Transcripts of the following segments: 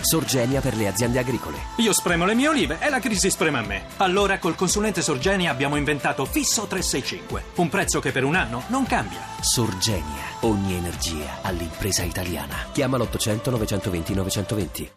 Sorgenia per le aziende agricole. Io spremo le mie olive e la crisi sprema me. Allora col consulente Sorgenia abbiamo inventato Fisso 365. Un prezzo che per un anno non cambia. Sorgenia. Ogni energia all'impresa italiana. Chiama l'800 920 920.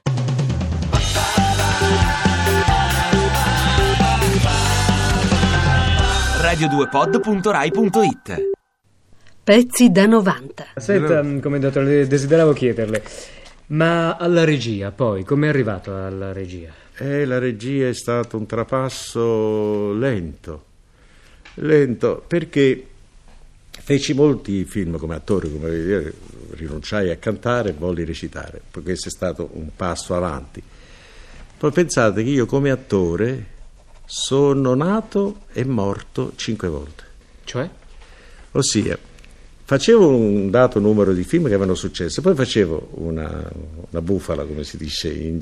radio2pod.rai.it. Pezzi da 90. Senta, commendatore, desideravo chiederle, ma alla regia, poi, com'è arrivato alla regia? La regia è stato un trapasso lento, perché feci molti film come attore, come vedete, rinunciai a cantare e volli recitare, poi questo è stato un passo avanti. Poi pensate che io come attore sono nato e morto 5 volte. Cioè? Ossia, facevo un dato numero di film che avevano successo, poi facevo una bufala, come si dice in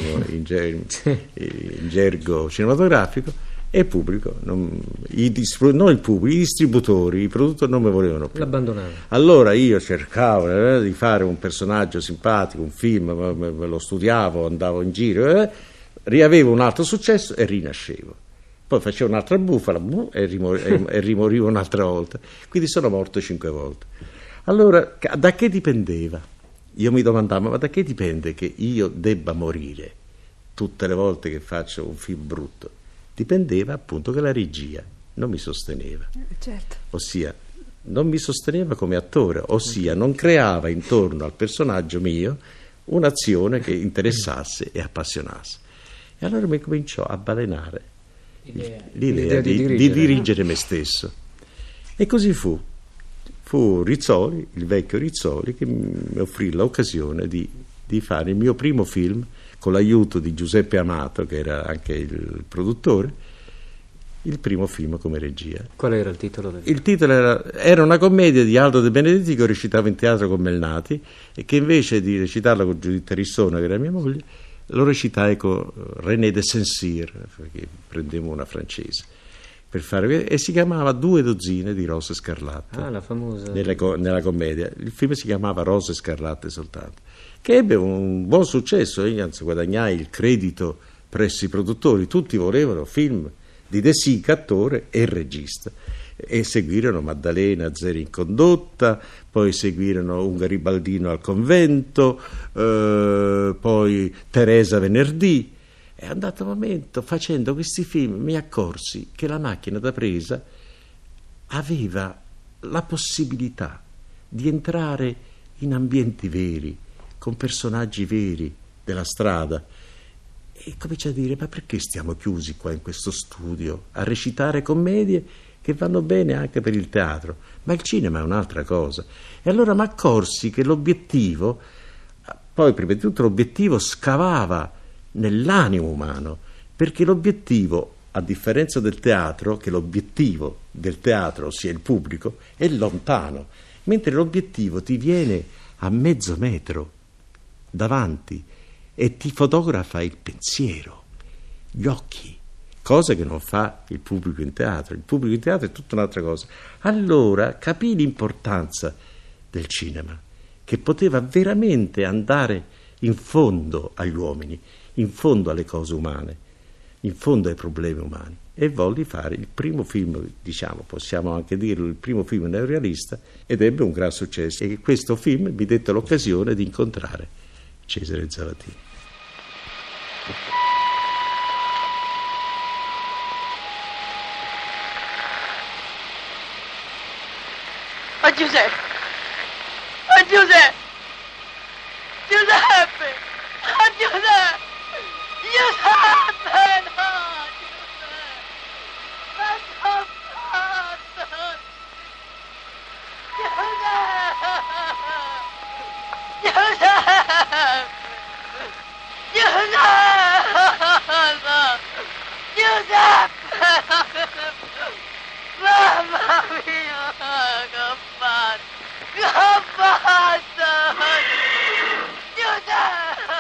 gergo cinematografico, e il pubblico, i distributori, i produttori non mi volevano più. L'abbandonavo. Allora io cercavo di fare un personaggio simpatico, un film, me lo studiavo, andavo in giro, riavevo un altro successo e rinascevo. Poi facevo un'altra bufala e rimorivo un'altra volta. Quindi sono morto 5 volte. Allora, da che dipendeva? Io mi domandavo, ma da che dipende che io debba morire tutte le volte che faccio un film brutto? Dipendeva appunto che la regia non mi sosteneva. Certo. Ossia, non mi sosteneva come attore, ossia non creava intorno al personaggio mio un'azione che interessasse e appassionasse. E allora mi cominciò a balenare l'idea di dirigere me stesso. E così fu Rizzoli, il vecchio Rizzoli, che mi offrì l'occasione di fare il mio primo film con l'aiuto di Giuseppe Amato, che era anche il produttore, il primo film come regia. Qual era il titolo? Il titolo era una commedia di Aldo De Benedetti che io recitavo in teatro con Melnati, e che invece di recitarla con Giuditta Rissona, che era mia moglie, lo recitai con René de Saint-Cyr, perché prendemmo una francese per fare, e si chiamava Due dozzine di rose scarlatte. La famosa nella commedia. Il film si chiamava Rose scarlatte soltanto, che ebbe un buon successo. Io anzi guadagnai il credito presso i produttori, tutti volevano film di De Sica, attore e regista, e seguirono Maddalena Zeri in condotta, poi seguirono Un garibaldino al convento, poi Teresa venerdì. E a un dato momento, facendo questi film, mi accorsi che la macchina da presa aveva la possibilità di entrare in ambienti veri, con personaggi veri della strada, e cominciai a dire: ma perché stiamo chiusi qua in questo studio a recitare commedie che vanno bene anche per il teatro, ma il cinema è un'altra cosa? E allora mi accorsi che l'obiettivo, poi prima di tutto l'obiettivo scavava nell'animo umano, perché l'obiettivo, a differenza del teatro, che l'obiettivo del teatro, ossia il pubblico, è lontano, mentre l'obiettivo ti viene a mezzo metro davanti e ti fotografa il pensiero, gli occhi, cosa che non fa il pubblico in teatro. Il pubblico in teatro è tutta un'altra cosa. Allora capii l'importanza del cinema, che poteva veramente andare in fondo agli uomini, in fondo alle cose umane, in fondo ai problemi umani, e volli fare il primo film, diciamo, possiamo anche dirlo, il primo film neorealista, ed ebbe un gran successo, e questo film mi dette l'occasione di incontrare Cesare Zavattini. Oh Giuseppe! Oh Giuseppe! Giuseppe! Oh Giuseppe! Giuseppe! No! Giuseppe! Ma sono fatto! Giuseppe! Giuseppe! Giuseppe! Mamma mia, che ho fatto? Che ho fatto? Giuseppe!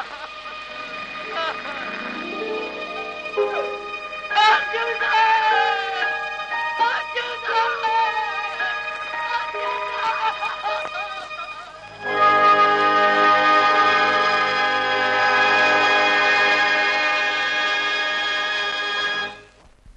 Oh, Giuseppe! Oh, Giuseppe! Oh, Giuseppe!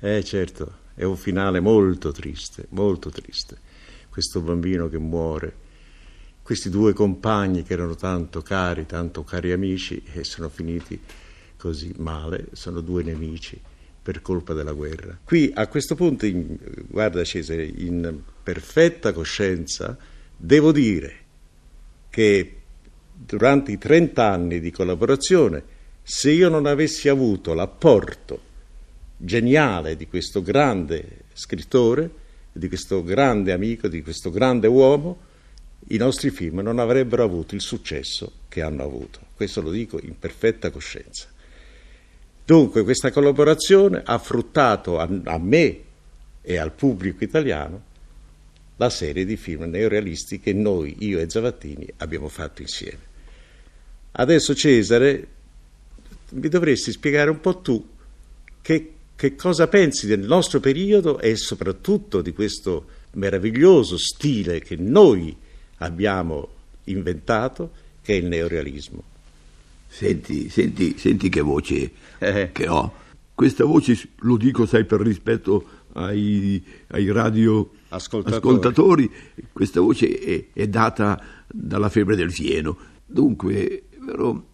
Certo, è un finale molto triste, molto triste. Questo bambino che muore, questi due compagni che erano tanto cari amici, e sono finiti così male, sono due nemici per colpa della guerra. Qui a questo punto, guarda Cesare, in perfetta coscienza, devo dire che durante i 30 anni di collaborazione, se io non avessi avuto l'apporto geniale di questo grande scrittore, di questo grande amico, di questo grande uomo, i nostri film non avrebbero avuto il successo che hanno avuto. Questo lo dico in perfetta coscienza. Dunque questa collaborazione ha fruttato a me e al pubblico italiano la serie di film neorealisti che noi, io e Zavattini, abbiamo fatto insieme. Adesso Cesare, mi dovresti spiegare un po' tu che cosa pensi del nostro periodo e soprattutto di questo meraviglioso stile che noi abbiamo inventato, che è il neorealismo. Senti che voce che ho. Questa voce, lo dico, sai, per rispetto ai radio ascoltatori, questa voce è data dalla febbre del fieno. Dunque, però,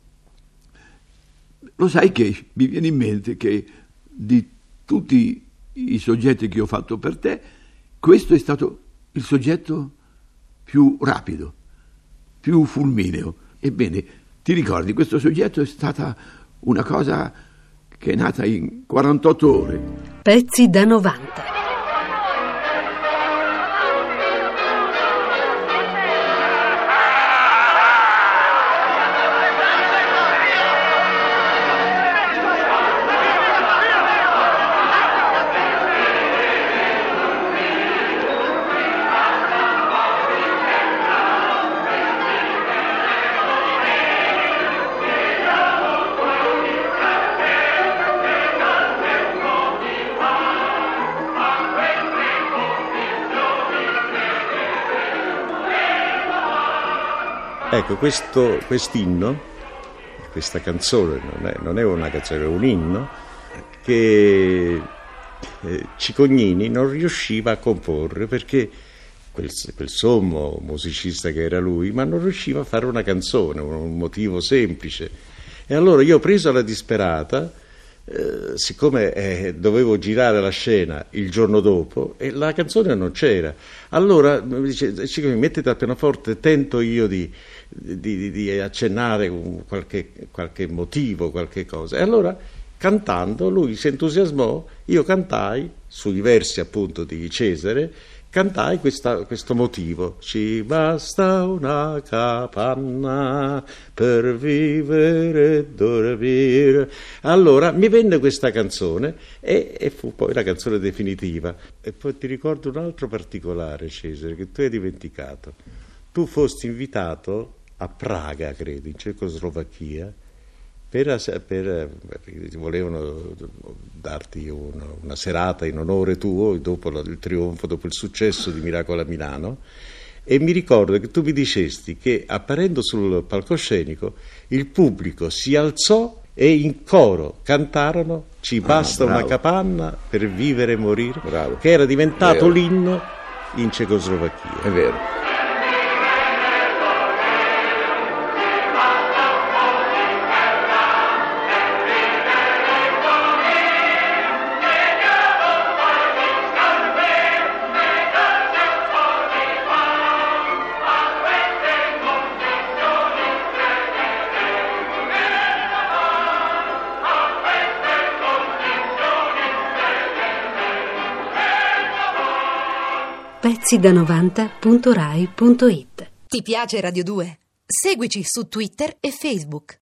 lo sai che mi viene in mente che di tutti i soggetti che ho fatto per te, questo è stato il soggetto più rapido, più fulmineo. Ebbene, ti ricordi, questo soggetto è stata una cosa che è nata in 48 ore. Pezzi da 90. Ecco, quest'inno, questa canzone non è una canzone, è un inno che Cicognini non riusciva a comporre perché quel sommo musicista che era lui, ma non riusciva a fare una canzone, un motivo semplice. E allora io ho preso alla disperata, siccome dovevo girare la scena il giorno dopo e la canzone non c'era, allora mi dice Cicognini, mettiti al pianoforte, tento io di accennare qualche motivo, qualche cosa. E allora cantando lui si entusiasmò, io cantai sui versi appunto di Cesare, cantai questo motivo: ci basta una capanna per vivere e dormire. Allora mi venne questa canzone e fu poi la canzone definitiva. E poi ti ricordo un altro particolare, Cesare, che tu hai dimenticato. Tu fosti invitato a Praga, credo, in Cecoslovacchia, perché volevano darti una serata in onore tuo dopo il trionfo, dopo il successo di Miracolo a Milano, e mi ricordo che tu mi dicesti che apparendo sul palcoscenico il pubblico si alzò e in coro cantarono "Ci basta una capanna per vivere e morire", che era diventato l'inno in Cecoslovacchia. È vero. Pezzi da90.rai.it. Ti piace Radio 2? Seguici su Twitter e Facebook.